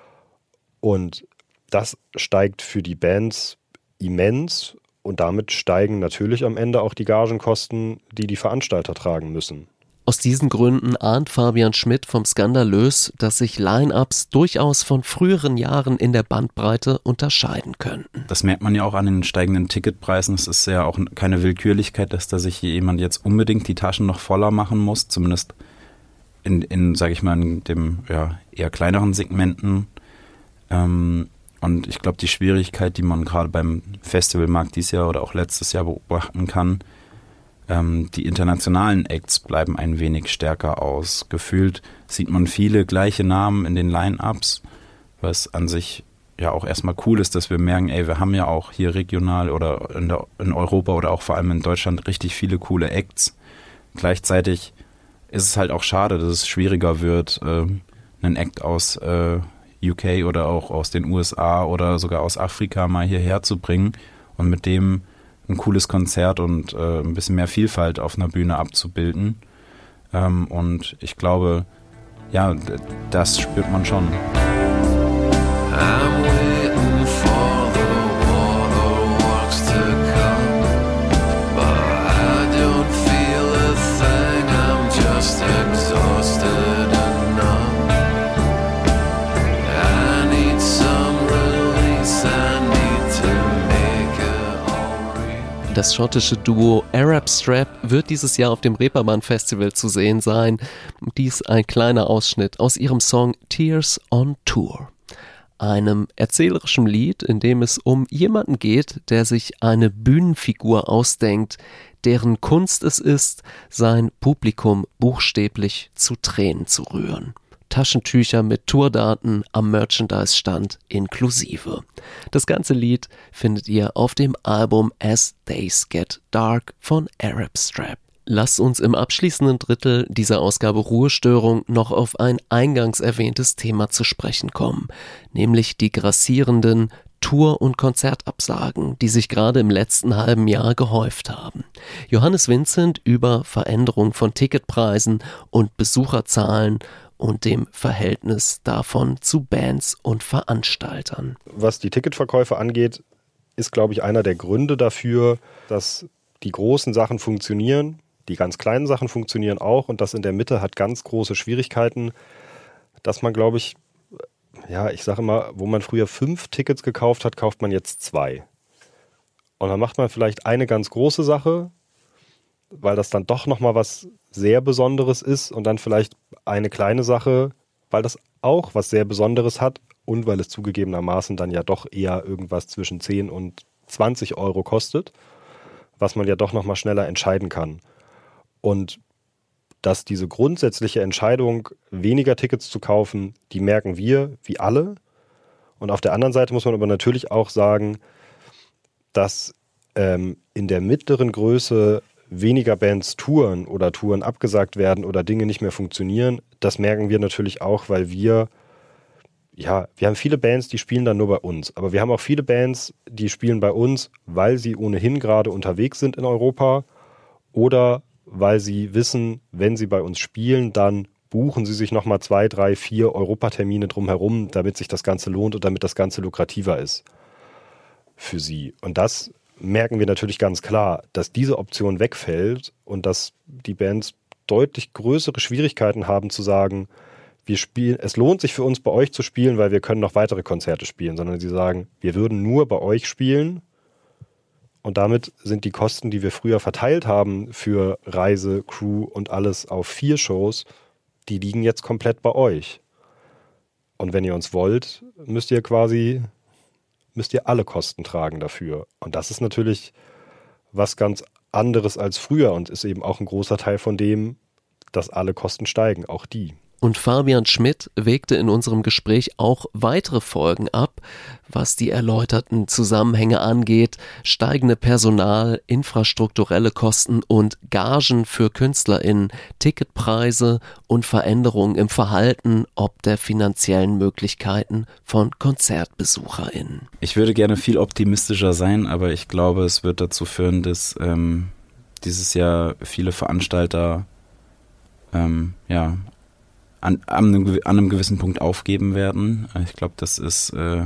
S4: Und das steigt für die Bands immens und damit steigen natürlich am Ende auch die Gagenkosten, die die Veranstalter tragen müssen.
S2: Aus diesen Gründen ahnt Fabian Schmidt vom Skandalös, dass sich Line-Ups durchaus von früheren Jahren in der Bandbreite unterscheiden könnten.
S5: Das merkt man ja auch an den steigenden Ticketpreisen. Es ist ja auch keine Willkürlichkeit, dass da sich jemand jetzt unbedingt die Taschen noch voller machen muss, zumindest in, in sage ich mal, in dem ja, eher kleineren Segmenten. Ähm, Und ich glaube, die Schwierigkeit, die man gerade beim Festivalmarkt dieses Jahr oder auch letztes Jahr beobachten kann, ähm, die internationalen Acts bleiben ein wenig stärker aus. Gefühlt sieht man viele gleiche Namen in den Line-Ups, was an sich ja auch erstmal cool ist, dass wir merken, ey, wir haben ja auch hier regional oder in, der, in Europa oder auch vor allem in Deutschland richtig viele coole Acts. Gleichzeitig ist es halt auch schade, dass es schwieriger wird, äh, einen Act aus äh, U K oder auch aus den U S A oder sogar aus Afrika mal hierher zu bringen und mit dem ein cooles Konzert und äh, ein bisschen mehr Vielfalt auf einer Bühne abzubilden. Ähm, und ich glaube, ja, d- das spürt man schon.
S3: I'm waiting for the waterworks to come, but I don't feel a thing, I'm just exhausted and numb. I need some release, I need to make it all real.
S2: Das schottische Duo Arab Strap wird dieses Jahr auf dem Reeperbahn Festival zu sehen sein. Dies ein kleiner Ausschnitt aus ihrem Song Tears on Tour. Einem erzählerischen Lied, in dem es um jemanden geht, der sich eine Bühnenfigur ausdenkt, deren Kunst es ist, sein Publikum buchstäblich zu Tränen zu rühren. Taschentücher mit Tourdaten am Merchandise-Stand inklusive. Das ganze Lied findet ihr auf dem Album As Days Get Dark von Arab Strap. Lasst uns im abschließenden Drittel dieser Ausgabe Ruhestörung noch auf ein eingangs erwähntes Thema zu sprechen kommen, nämlich die grassierenden Tour- und Konzertabsagen, die sich gerade im letzten halben Jahr gehäuft haben. Johannes Vincent über Veränderung von Ticketpreisen und Besucherzahlen und dem Verhältnis davon zu Bands und Veranstaltern.
S4: Was die Ticketverkäufe angeht, ist, glaube ich, einer der Gründe dafür, dass die großen Sachen funktionieren. Die ganz kleinen Sachen funktionieren auch und das in der Mitte hat ganz große Schwierigkeiten, dass man, glaube ich, ja, ich sage immer, wo man früher fünf Tickets gekauft hat, kauft man jetzt zwei. Und dann macht man vielleicht eine ganz große Sache, weil das dann doch nochmal was sehr Besonderes ist und dann vielleicht eine kleine Sache, weil das auch was sehr Besonderes hat und weil es zugegebenermaßen dann ja doch eher irgendwas zwischen zehn und zwanzig Euro kostet, was man ja doch nochmal schneller entscheiden kann. Und dass diese grundsätzliche Entscheidung, weniger Tickets zu kaufen, die merken wir wie alle. Und auf der anderen Seite muss man aber natürlich auch sagen, dass ähm, in der mittleren Größe weniger Bands touren oder Touren abgesagt werden oder Dinge nicht mehr funktionieren. Das merken wir natürlich auch, weil wir, ja, wir haben viele Bands, die spielen dann nur bei uns. Aber wir haben auch viele Bands, die spielen bei uns, weil sie ohnehin gerade unterwegs sind in Europa oder weil sie wissen, wenn sie bei uns spielen, dann buchen sie sich nochmal zwei, drei, vier Europatermine drumherum, damit sich das Ganze lohnt und damit das Ganze lukrativer ist für sie. Und das merken wir natürlich ganz klar, dass diese Option wegfällt und dass die Bands deutlich größere Schwierigkeiten haben zu sagen, wir spielen, es lohnt sich für uns bei euch zu spielen, weil wir können noch weitere Konzerte spielen, sondern sie sagen, wir würden nur bei euch spielen und damit sind die Kosten, die wir früher verteilt haben für Reise, Crew und alles auf vier Shows, die liegen jetzt komplett bei euch. Und wenn ihr uns wollt, müsst ihr quasi müsst ihr alle Kosten tragen dafür. Und das ist natürlich was ganz anderes als früher und ist eben auch ein großer Teil von dem, dass alle Kosten steigen, auch die.
S2: Und Fabian Schmidt wägte in unserem Gespräch auch weitere Folgen ab, was die erläuterten Zusammenhänge angeht, steigende Personal, infrastrukturelle Kosten und Gagen für KünstlerInnen, Ticketpreise und Veränderungen im Verhalten ob der finanziellen Möglichkeiten von KonzertbesucherInnen.
S5: Ich würde gerne viel optimistischer sein, aber ich glaube, es wird dazu führen, dass ähm, dieses Jahr viele Veranstalter ähm, ja An, an, einem, an einem gewissen Punkt aufgeben werden. Ich glaube, das ist äh,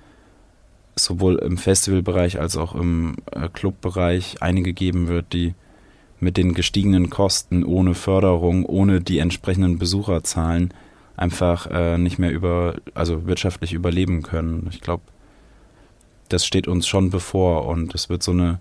S5: sowohl im Festivalbereich als auch im äh, Clubbereich einige geben wird, die mit den gestiegenen Kosten ohne Förderung, ohne die entsprechenden Besucherzahlen einfach äh, nicht mehr über, also wirtschaftlich überleben können. Ich glaube, das steht uns schon bevor und es wird so eine,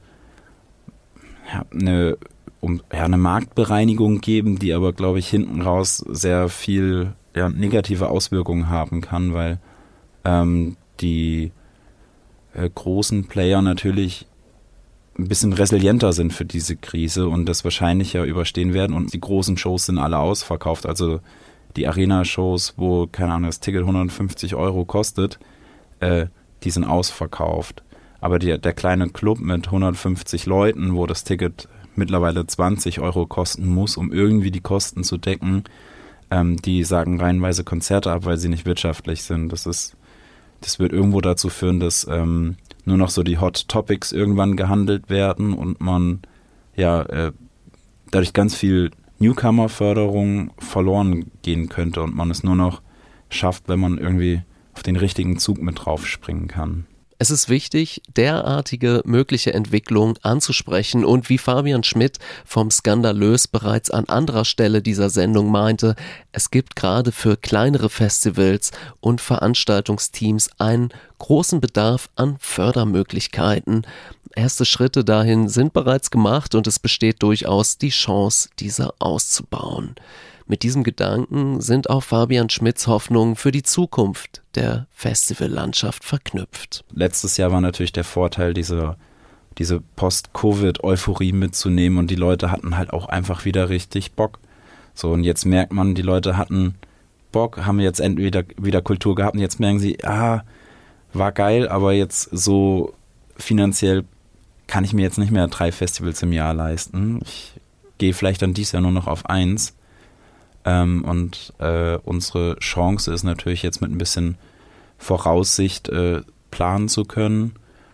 S5: ja, eine um ja, eine Marktbereinigung geben, die aber, glaube ich, hinten raus sehr viel ja, negative Auswirkungen haben kann, weil ähm, die äh, großen Player natürlich ein bisschen resilienter sind für diese Krise und das wahrscheinlicher überstehen werden und die großen Shows sind alle ausverkauft, also die Arena-Shows, wo, keine Ahnung, das Ticket hundertfünfzig Euro kostet, äh, die sind ausverkauft. Aber die, der kleine Club mit hundertfünfzig Leuten, wo das Ticket mittlerweile zwanzig Euro kosten muss, um irgendwie die Kosten zu decken, ähm, die sagen reihenweise Konzerte ab, weil sie nicht wirtschaftlich sind. Das ist, das wird irgendwo dazu führen, dass ähm, nur noch so die Hot Topics irgendwann gehandelt werden und man ja äh, dadurch ganz viel Newcomer-Förderung verloren gehen könnte und man es nur noch schafft, wenn man irgendwie auf den richtigen Zug mit draufspringen kann.
S2: Es ist wichtig, derartige mögliche Entwicklung anzusprechen und wie Fabian Schmidt vom Skandalös bereits an anderer Stelle dieser Sendung meinte, es gibt gerade für kleinere Festivals und Veranstaltungsteams einen großen Bedarf an Fördermöglichkeiten. Erste Schritte dahin sind bereits gemacht und es besteht durchaus die Chance, diese auszubauen. Mit diesem Gedanken sind auch Fabian Schmidts Hoffnungen für die Zukunft der Festivallandschaft verknüpft.
S5: Letztes Jahr war natürlich der Vorteil, diese, diese Post-Covid-Euphorie mitzunehmen und die Leute hatten halt auch einfach wieder richtig Bock. So, und jetzt merkt man, die Leute hatten Bock, haben jetzt endlich wieder, wieder Kultur gehabt und jetzt merken sie, ah, war geil, aber jetzt so finanziell kann ich mir jetzt nicht mehr drei Festivals im Jahr leisten. Ich gehe vielleicht dann dieses Jahr nur noch auf eins. Ähm, und äh, unsere Chance ist natürlich jetzt mit ein bisschen Voraussicht äh, planen zu können.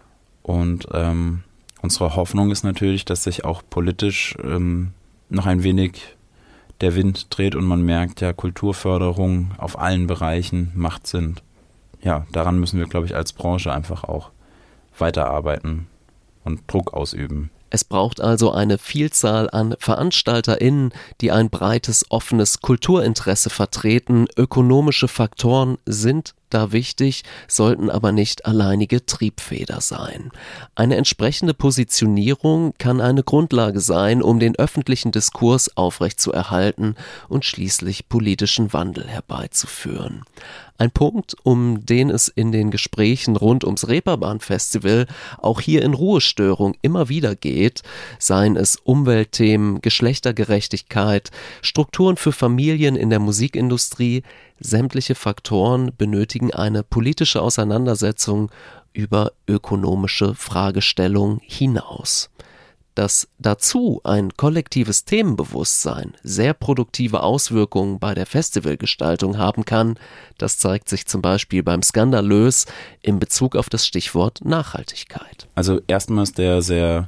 S5: Und ähm, unsere Hoffnung ist natürlich, dass sich auch politisch ähm, noch ein wenig der Wind dreht und man merkt, ja, Kulturförderung auf allen Bereichen macht Sinn. Ja, daran müssen wir, glaube ich, als Branche einfach auch weiterarbeiten und Druck ausüben.
S2: Es braucht also eine Vielzahl an VeranstalterInnen, die ein breites, offenes Kulturinteresse vertreten. Ökonomische Faktoren sind da wichtig, sollten aber nicht alleinige Triebfeder sein. Eine entsprechende Positionierung kann eine Grundlage sein, um den öffentlichen Diskurs aufrechtzuerhalten und schließlich politischen Wandel herbeizuführen. Ein Punkt, um den es in den Gesprächen rund ums Reeperbahn-Festival auch hier in Ruhestörung immer wieder geht, seien es Umweltthemen, Geschlechtergerechtigkeit, Strukturen für Familien in der Musikindustrie, sämtliche Faktoren benötigen eine politische Auseinandersetzung über ökonomische Fragestellungen hinaus. Dass dazu ein kollektives Themenbewusstsein sehr produktive Auswirkungen bei der Festivalgestaltung haben kann, das zeigt sich zum Beispiel beim Skandalös in Bezug auf das Stichwort Nachhaltigkeit.
S5: Also erstmal ist der sehr,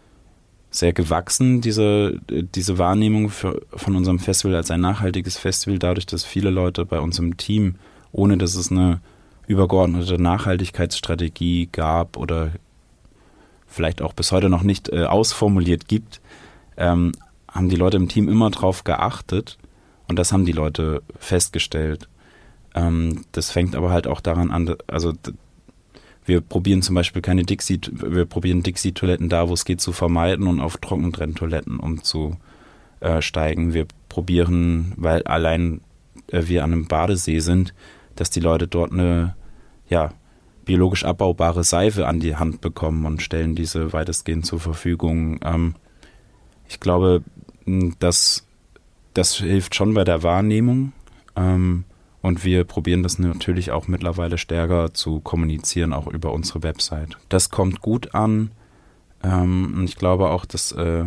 S5: sehr gewachsen, diese, diese Wahrnehmung für, von unserem Festival als ein nachhaltiges Festival, dadurch, dass viele Leute bei uns im Team, ohne dass es eine übergeordnete Nachhaltigkeitsstrategie gab oder vielleicht auch bis heute noch nicht äh, ausformuliert gibt, ähm, haben die Leute im Team immer drauf geachtet und das haben die Leute festgestellt. Ähm, das fängt aber halt auch daran an, also d- wir probieren zum Beispiel keine Dixie, wir probieren Dixie-Toiletten da, wo es geht, zu vermeiden und auf Trockentrenntoiletten umzusteigen. Wir probieren, weil allein äh, wir an einem Badesee sind, dass die Leute dort eine, ja, biologisch abbaubare Seife an die Hand bekommen und stellen diese weitestgehend zur Verfügung. Ähm, ich glaube, das, das hilft schon bei der Wahrnehmung ähm, und wir probieren das natürlich auch mittlerweile stärker zu kommunizieren, auch über unsere Website. Das kommt gut an ähm, und ich glaube auch, dass äh,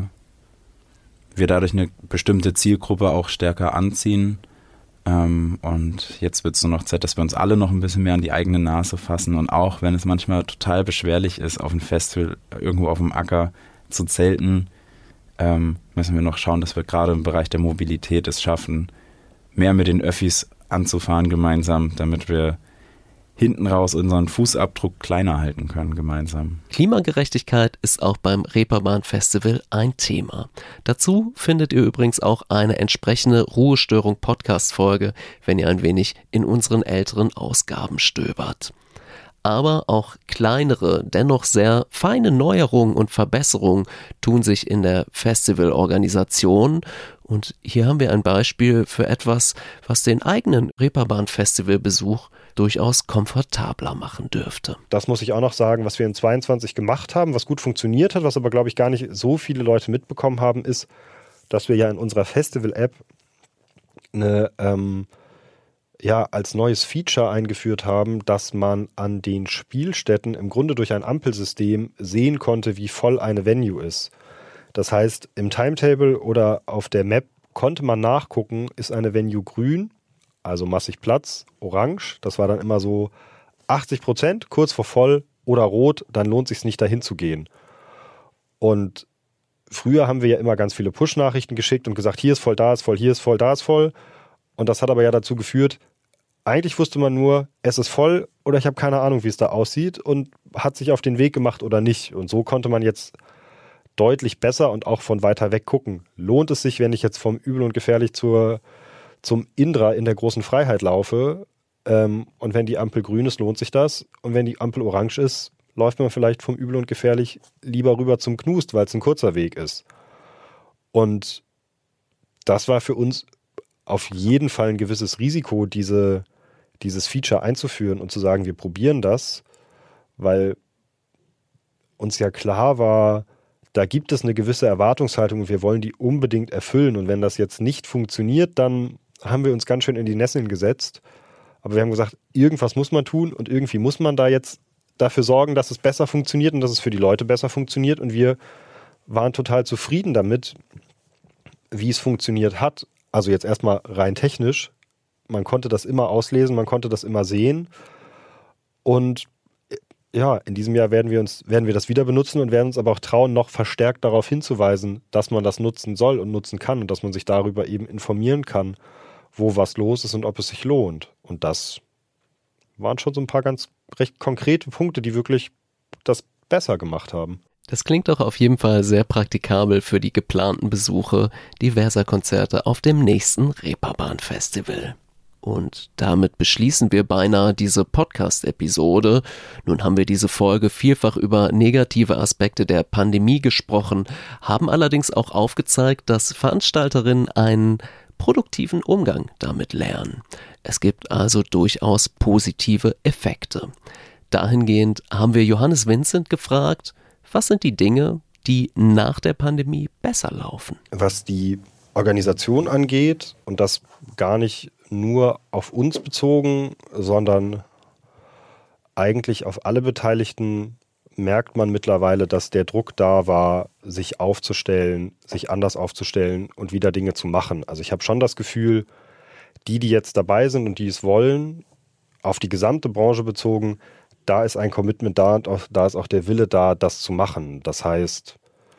S5: wir dadurch eine bestimmte Zielgruppe auch stärker anziehen. Ähm, und jetzt wird es nur noch Zeit, dass wir uns alle noch ein bisschen mehr an die eigene Nase fassen und auch, wenn es manchmal total beschwerlich ist, auf einem Festival irgendwo auf dem Acker zu zelten, ähm, müssen wir noch schauen, dass wir gerade im Bereich der Mobilität es schaffen, mehr mit den Öffis anzufahren gemeinsam, damit wir hinten raus unseren Fußabdruck kleiner halten können gemeinsam.
S2: Klimagerechtigkeit ist auch beim Reeperbahn-Festival ein Thema. Dazu findet ihr übrigens auch eine entsprechende Ruhestörung-Podcast-Folge, wenn ihr ein wenig in unseren älteren Ausgaben stöbert. Aber auch kleinere, dennoch sehr feine Neuerungen und Verbesserungen tun sich in der Festivalorganisation. Und hier haben wir ein Beispiel für etwas, was den eigenen Reeperbahn-Festivalbesuch durchaus komfortabler machen dürfte.
S4: Das muss ich auch noch sagen, was wir in zweiundzwanzig gemacht haben, was gut funktioniert hat, was aber, glaube ich, gar nicht so viele Leute mitbekommen haben, ist, dass wir ja in unserer Festival-App eine, ähm, ja, als neues Feature eingeführt haben, dass man an den Spielstätten im Grunde durch ein Ampelsystem sehen konnte, wie voll eine Venue ist. Das heißt, im Timetable oder auf der Map konnte man nachgucken, ist eine Venue grün, also massig Platz, orange, das war dann immer so achtzig Prozent, kurz vor voll, oder rot, dann lohnt es sich nicht dahin zu gehen. Und früher haben wir ja immer ganz viele Push-Nachrichten geschickt und gesagt, hier ist voll, da ist voll, hier ist voll, da ist voll. Und das hat aber ja dazu geführt, eigentlich wusste man nur, es ist voll oder ich habe keine Ahnung, wie es da aussieht und hat sich auf den Weg gemacht oder nicht. Und so konnte man jetzt deutlich besser und auch von weiter weg gucken. Lohnt es sich, wenn ich jetzt vom Übel und Gefährlich zur zum Indra in der großen Freiheit laufe ähm, und wenn die Ampel grün ist, lohnt sich das und wenn die Ampel orange ist, läuft man vielleicht vom Übel und Gefährlich lieber rüber zum Knust, weil es ein kurzer Weg ist. Und das war für uns auf jeden Fall ein gewisses Risiko, diese, dieses Feature einzuführen und zu sagen, wir probieren das, weil uns ja klar war, da gibt es eine gewisse Erwartungshaltung und wir wollen die unbedingt erfüllen und wenn das jetzt nicht funktioniert, dann haben wir uns ganz schön in die Nesseln gesetzt. Aber wir haben gesagt, irgendwas muss man tun und irgendwie muss man da jetzt dafür sorgen, dass es besser funktioniert und dass es für die Leute besser funktioniert. Und wir waren total zufrieden damit, wie es funktioniert hat. Also jetzt erstmal rein technisch. Man konnte das immer auslesen, man konnte das immer sehen. Und ja, in diesem Jahr werden wir uns, werden wir das wieder benutzen und werden uns aber auch trauen, noch verstärkt darauf hinzuweisen, dass man das nutzen soll und nutzen kann und dass man sich darüber eben informieren kann, wo was los ist und ob es sich lohnt. Und das waren schon so ein paar ganz recht konkrete Punkte, die wirklich das besser gemacht haben.
S2: Das klingt doch auf jeden Fall sehr praktikabel für die geplanten Besuche diverser Konzerte auf dem nächsten Reeperbahn-Festival. Und damit beschließen wir beinahe diese Podcast-Episode. Nun haben wir diese Folge vielfach über negative Aspekte der Pandemie gesprochen, haben allerdings auch aufgezeigt, dass Veranstalterinnen einen produktiven Umgang damit lernen. Es gibt also durchaus positive Effekte. Dahingehend haben wir Johannes Vincent gefragt, was sind die Dinge, die nach der Pandemie besser laufen?
S4: Was die Organisation angeht, und das gar nicht nur auf uns bezogen, sondern eigentlich auf alle Beteiligten, merkt man mittlerweile, dass der Druck da war, sich aufzustellen, sich anders aufzustellen und wieder Dinge zu machen. Also ich habe schon das Gefühl, die, die jetzt dabei sind und die es wollen, auf die gesamte Branche bezogen, da ist ein Commitment da und auch, da ist auch der Wille da, das zu machen. Das heißt,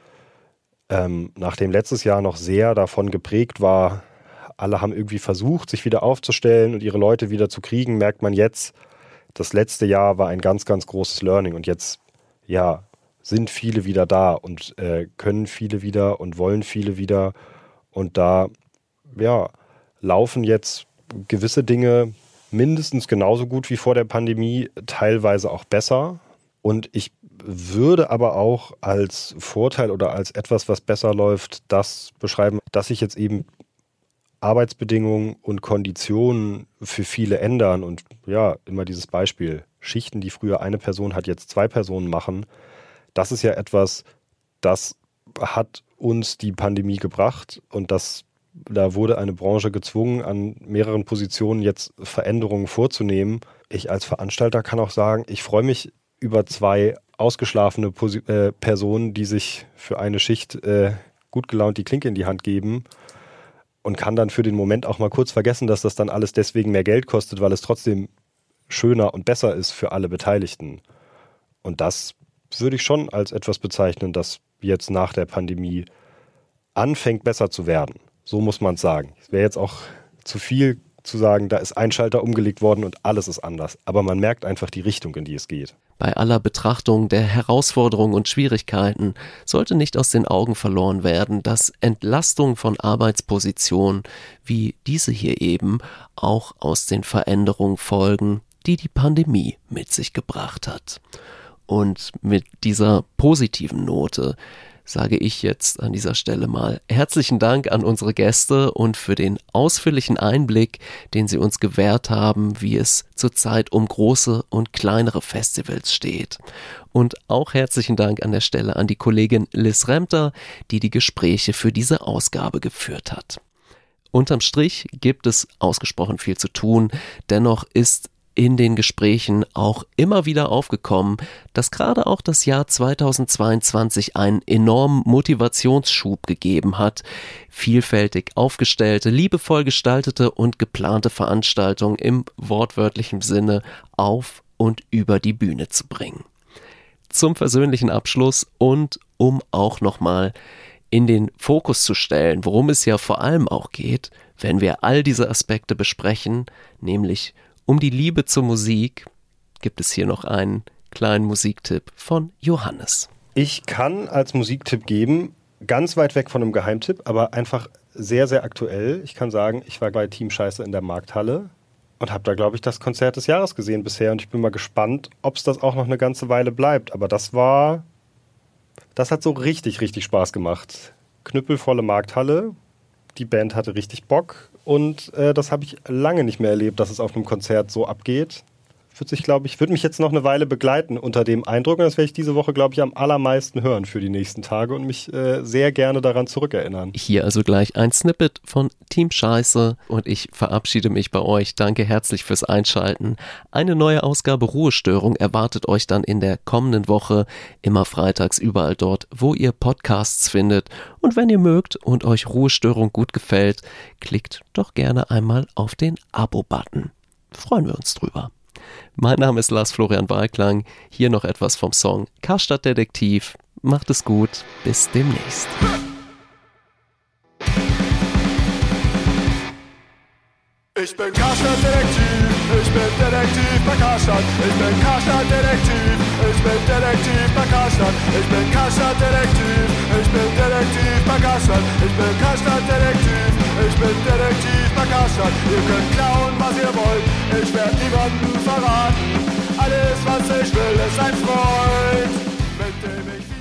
S4: ähm, nachdem letztes Jahr noch sehr davon geprägt war, alle haben irgendwie versucht, sich wieder aufzustellen und ihre Leute wieder zu kriegen, merkt man jetzt, das letzte Jahr war ein ganz, ganz großes Learning und jetzt, ja, sind viele wieder da und äh, können viele wieder und wollen viele wieder und da, ja, laufen jetzt gewisse Dinge mindestens genauso gut wie vor der Pandemie, teilweise auch besser. Und ich würde aber auch als Vorteil oder als etwas, was besser läuft, das beschreiben, dass sich jetzt eben Arbeitsbedingungen und Konditionen für viele ändern. Und ja, immer dieses Beispiel, Schichten, die früher eine Person hat, jetzt zwei Personen machen. Das ist ja etwas, das hat uns die Pandemie gebracht und das Da wurde eine Branche gezwungen, an mehreren Positionen jetzt Veränderungen vorzunehmen. Ich als Veranstalter kann auch sagen, ich freue mich über zwei ausgeschlafene Posi- äh, Personen, die sich für eine Schicht äh, gut gelaunt die Klinke in die Hand geben und kann dann für den Moment auch mal kurz vergessen, dass das dann alles deswegen mehr Geld kostet, weil es trotzdem schöner und besser ist für alle Beteiligten. Und das würde ich schon als etwas bezeichnen, das jetzt nach der Pandemie anfängt besser zu werden. So muss man es sagen. Es wäre jetzt auch zu viel zu sagen, da ist ein Schalter umgelegt worden und alles ist anders. Aber man merkt einfach die Richtung, in die es geht.
S2: Bei aller Betrachtung der Herausforderungen und Schwierigkeiten sollte nicht aus den Augen verloren werden, dass Entlastung von Arbeitspositionen wie diese hier eben auch aus den Veränderungen folgen, die die Pandemie mit sich gebracht hat. Und mit dieser positiven Note sage ich jetzt an dieser Stelle mal herzlichen Dank an unsere Gäste und für den ausführlichen Einblick, den sie uns gewährt haben, wie es zurzeit um große und kleinere Festivals steht. Und auch herzlichen Dank an der Stelle an die Kollegin Liz Remter, die die Gespräche für diese Ausgabe geführt hat. Unterm Strich gibt es ausgesprochen viel zu tun, dennoch ist in den Gesprächen auch immer wieder aufgekommen, dass gerade auch das Jahr zweitausendzweiundzwanzig einen enormen Motivationsschub gegeben hat, vielfältig aufgestellte, liebevoll gestaltete und geplante Veranstaltungen im wortwörtlichen Sinne auf und über die Bühne zu bringen. Zum versöhnlichen Abschluss und um auch nochmal in den Fokus zu stellen, worum es ja vor allem auch geht, wenn wir all diese Aspekte besprechen, nämlich um die Liebe zur Musik, gibt es hier noch einen kleinen Musiktipp von Johannes.
S4: Ich kann als Musiktipp geben, ganz weit weg von einem Geheimtipp, aber einfach sehr, sehr aktuell. Ich kann sagen, ich war bei Team Scheiße in der Markthalle und habe da, glaube ich, das Konzert des Jahres gesehen bisher. Und ich bin mal gespannt, ob es das auch noch eine ganze Weile bleibt. Aber das war, das hat so richtig, richtig Spaß gemacht. Knüppelvolle Markthalle. Die Band hatte richtig Bock und äh, das habe ich lange nicht mehr erlebt, dass es auf einem Konzert so abgeht. Wird sich, glaube ich, wird mich jetzt noch eine Weile begleiten unter dem Eindruck und das werde ich diese Woche, glaube ich, am allermeisten hören für die nächsten Tage und mich äh, sehr gerne daran zurückerinnern.
S2: Hier also gleich ein Snippet von Team Scheiße und ich verabschiede mich bei euch. Danke herzlich fürs Einschalten. Eine neue Ausgabe Ruhestörung erwartet euch dann in der kommenden Woche, immer freitags überall dort, wo ihr Podcasts findet. Und wenn ihr mögt und euch Ruhestörung gut gefällt, klickt doch gerne einmal auf den Abo-Button. Freuen wir uns drüber. Mein Name ist Lars Florian Walklang. Hier noch etwas vom Song Karstadt Detektiv. Macht es gut, bis demnächst.
S7: Ich bin Karstadt Detektiv, ich bin Detektiv bei Karstadt. Ich bin Karstadt Detektiv, ich bin Detektiv bei Karstadt. Ich bin Karstadt Detektiv, ich bin Detektiv bei Karstadt. Ich bin Karstadt Detektiv. Ich bin Detektiv bei Karstadt. Ihr könnt klauen, was ihr wollt. Ich werd niemanden verraten. Alles, was ich will, ist ein Freund, mit dem ich